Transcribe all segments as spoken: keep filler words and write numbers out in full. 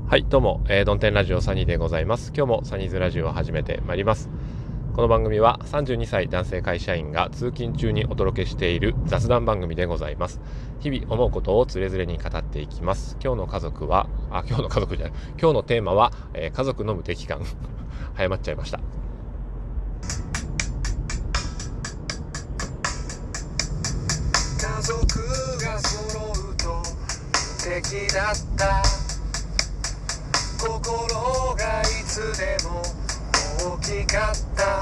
はい、どうも、えー、ドンテンラジオサニーでございます。今日もサニーズラジオを始めてまいります。この番組はさんじゅうにさい男性会社員が通勤中にお届けしている雑談番組でございます。日々思うことをつれづれに語っていきます。今日の家族は、あ、今日の家族じゃない、今日のテーマは、えー、家族の無敵感。早まっちゃいました。 家族が揃うと素敵だった心がいつでも大きかった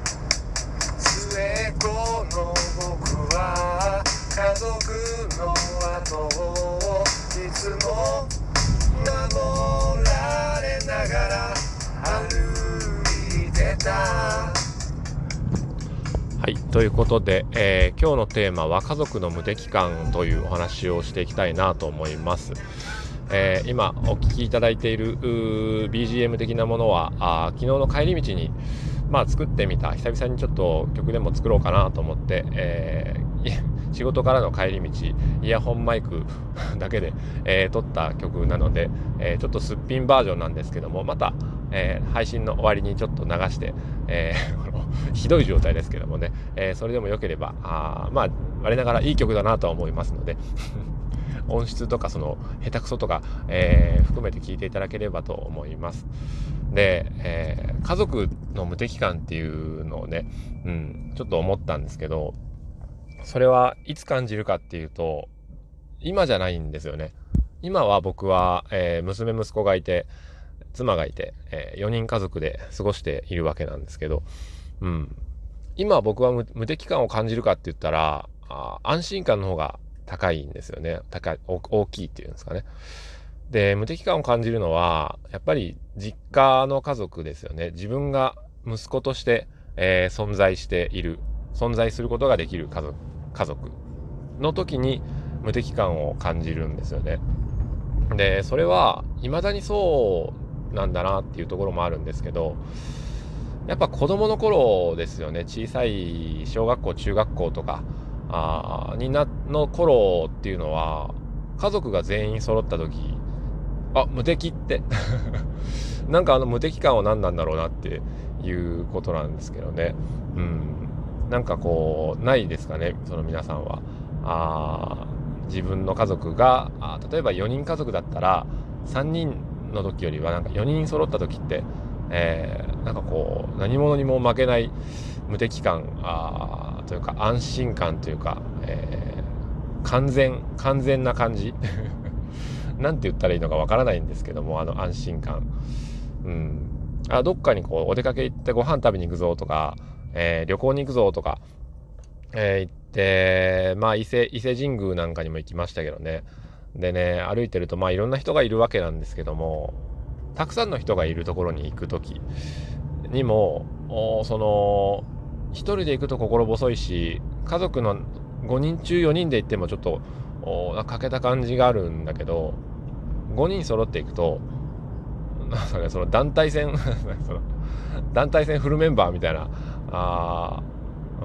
末っ子の僕は家族の後をいつも守られながら歩いてた。 はい、ということで、えー、今日のテーマは家族の無敵感というお話をしていきたいなと思います。えー、今お聞きいただいている ビージーエム 的なものはあ昨日の帰り道に、まあ、作ってみた久々にちょっと曲でも作ろうかなと思って、えー、仕事からの帰り道イヤホンマイクだけで、えー、撮った曲なので、えー、ちょっとすっぴんバージョンなんですけども、また、えー、配信の終わりにちょっと流して、えー、ひどい状態ですけどもね、えー、それでも良ければあまあ我ながらいい曲だなとは思いますので音質とかその下手くそとか、えー、含めて聞いていただければと思います。で、えー、家族の無敵感っていうのをね、うん、ちょっと思ったんですけど、それはいつ感じるかっていうと、今じゃないんですよね。今は僕は、えー、娘息子がいて妻がいて、えー、よにん家族で過ごしているわけなんですけど、うん、今僕は 無, 無敵感を感じるかって言ったらあ安心感の方が高いんですよね。高い、大きいっていうんですかね。で、無敵感を感じるのは、やっぱり実家の家族ですよね。自分が息子として、えー、存在している、存在することができる家族、家族の時に無敵感を感じるんですよね。で、それは未だにそうなんだなっていうところもあるんですけど、やっぱ子供の頃ですよね。小さい小学校、中学校とか、あになの頃っていうのは家族が全員揃った時、あ、無敵ってなんかあの無敵感は何なんだろうなっていうことなんですけどね。うん、なんかこうないですかね、その皆さんは。あ自分の家族があ例えばよにん家族だったらさんにんの時よりはなんかよにん揃った時って、えー、なんかこう何者にも負けない無敵感あというか安心感というか、えー、完全完全な感じなんて言ったらいいのかわからないんですけども、あの安心感、うん、あどっかにこうお出かけ行ってご飯食べに行くぞとか、えー、旅行に行くぞとか、えー、行ってまあ伊勢伊勢神宮なんかにも行きましたけどね。でね、歩いてるとまあいろんな人がいるわけなんですけども、たくさんの人がいるところに行く時にもその一人で行くと心細いし、家族のごにん中よにんで行ってもちょっと欠けた感じがあるんだけど、ごにん揃っていくとなんかその団体戦その団体戦フルメンバーみたいなあ、うん、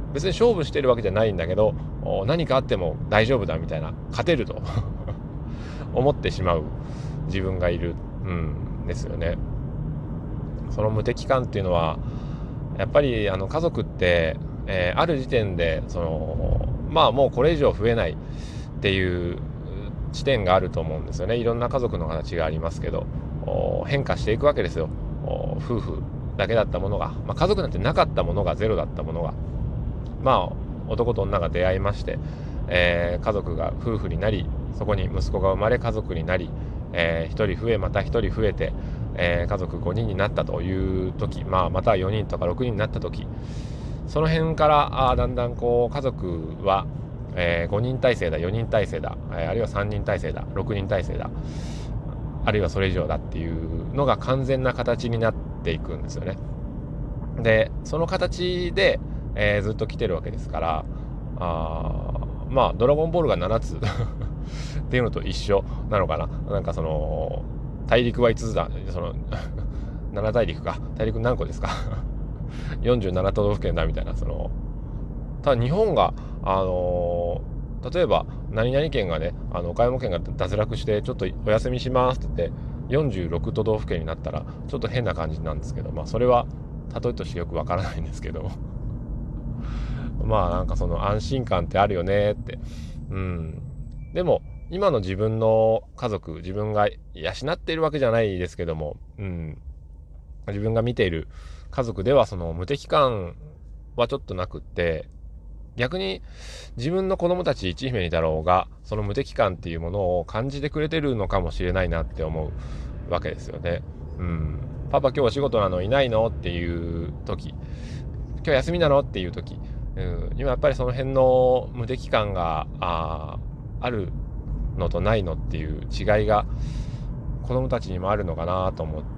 別に勝負してるわけじゃないんだけど何かあっても大丈夫だみたいな、勝てると思ってしまう自分がいるんですよね。その無敵感っていうのはやっぱりあの家族って、えー、ある時点でそのまあもうこれ以上増えないっていう地点があると思うんですよね。いろんな家族の形がありますけど変化していくわけですよ。夫婦だけだったものが、まあ、家族なんてなかったものがゼロだったものが、まあ男と女が出会いまして、えー、家族が夫婦になり、そこに息子が生まれ家族になり、えー、ひとり増えまたひとり増えて、えー、家族ごにんになったという時、まあ、またよにんとかろくにんになった時、その辺からあだんだんこう家族は、えー、ごにん体制だ、よにん体制だ、えー、あるいはさんにん体制だ、ろくにん体制だ、あるいはそれ以上だっていうのが完全な形になっていくんですよね。でその形で、えー、ずっと来てるわけですから、あまあドラゴンボールがななつっていうのと一緒なのかな。なんかその大陸はいつつだ、そのなな大陸か、大陸何個ですかよんじゅうなな都道府県だみたいな。そのただ日本があのー、例えば何々県がね、あの岡山県が脱落してちょっとお休みしますって言ってよんじゅうろく都道府県になったらちょっと変な感じなんですけど、まあそれは例えとしてよくわからないんですけどまあなんかその安心感ってあるよねって。うん。でも今の自分の家族、自分が養っているわけじゃないですけども、うん。自分が見ている家族ではその無敵感はちょっとなくって、逆に自分の子供たち一姫にだろうが、その無敵感っていうものを感じてくれてるのかもしれないなって思うわけですよね。うん。パパ今日お仕事なのいないのっていう時、今日休みなのっていう時、うん、今やっぱりその辺の無敵感が あ, あるのとないのっていう違いが子供たちにもあるのかなと思って、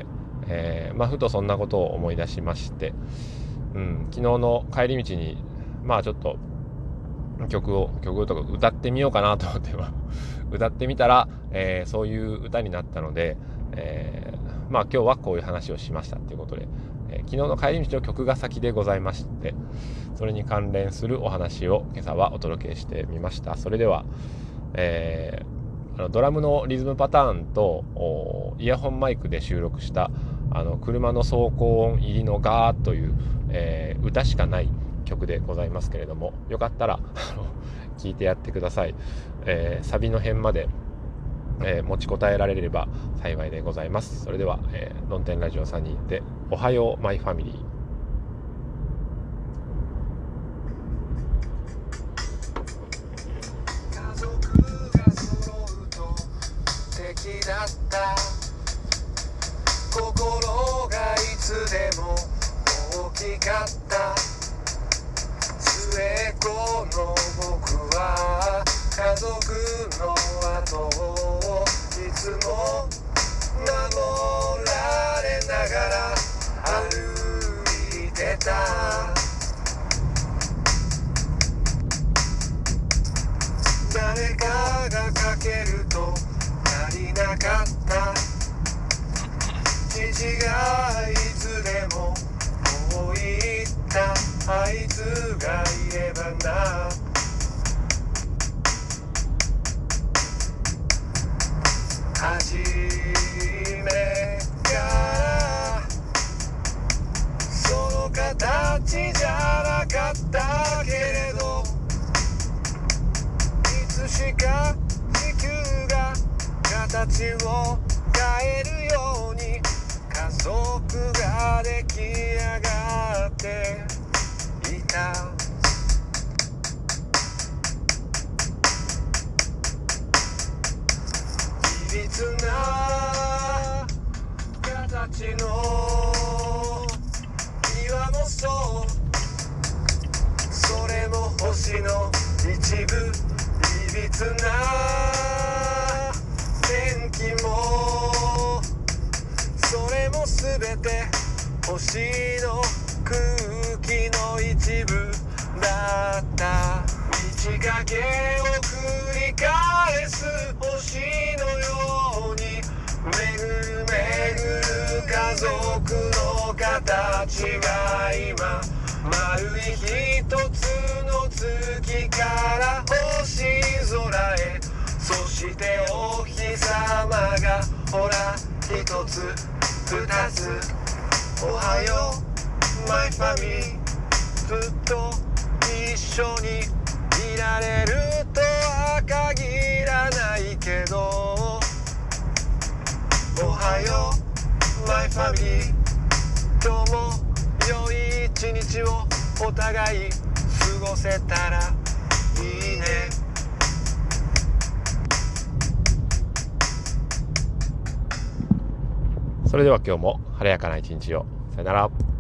えーまあ、ふとそんなことを思い出しまして、うん、昨日の帰り道にまあちょっと曲を曲とか歌ってみようかなと思って歌ってみたら、えー、そういう歌になったので、えー、まあ今日はこういう話をしましたということで、えー、昨日の帰り道の曲が先でございまして、それに関連するお話を今朝はお届けしてみました。それでは、えー、あのドラムのリズムパターンとイヤホンマイクで収録したあの車の走行音入りのガーという、えー、歌しかない曲でございますけれども、よかったら聞いてやってください。えー、サビの辺まで、えー、持ちこたえられれば幸いでございます。それでは、えー、論点ラジオさんにておはようマイファミリー。 家族が揃うと敵だった心がいつでも大きかった末っ子の僕は家族の後をいつも守られながら歩いてた誰かがかけると足りなかった父がいつでもこう言ったあいつがいればな初めからその形じゃなかったけれどいつしか地球が形を変えるように家族が出来上がっていたいびつな形の岩もそうそれも星の一部いびつな天気もそれもすべて星の空気の一部だった満ち欠けを繰り返す星のように巡る巡る家族の形が今丸い一つの月から星空へそしてお日様がほら一つ二つおはようマイファミリーずっと一緒にいられるとは限らないけどおはようマイファミリー今日も良い一日をお互い過ごせたらいいねそれでは今日も晴れやかな一日を。さよなら。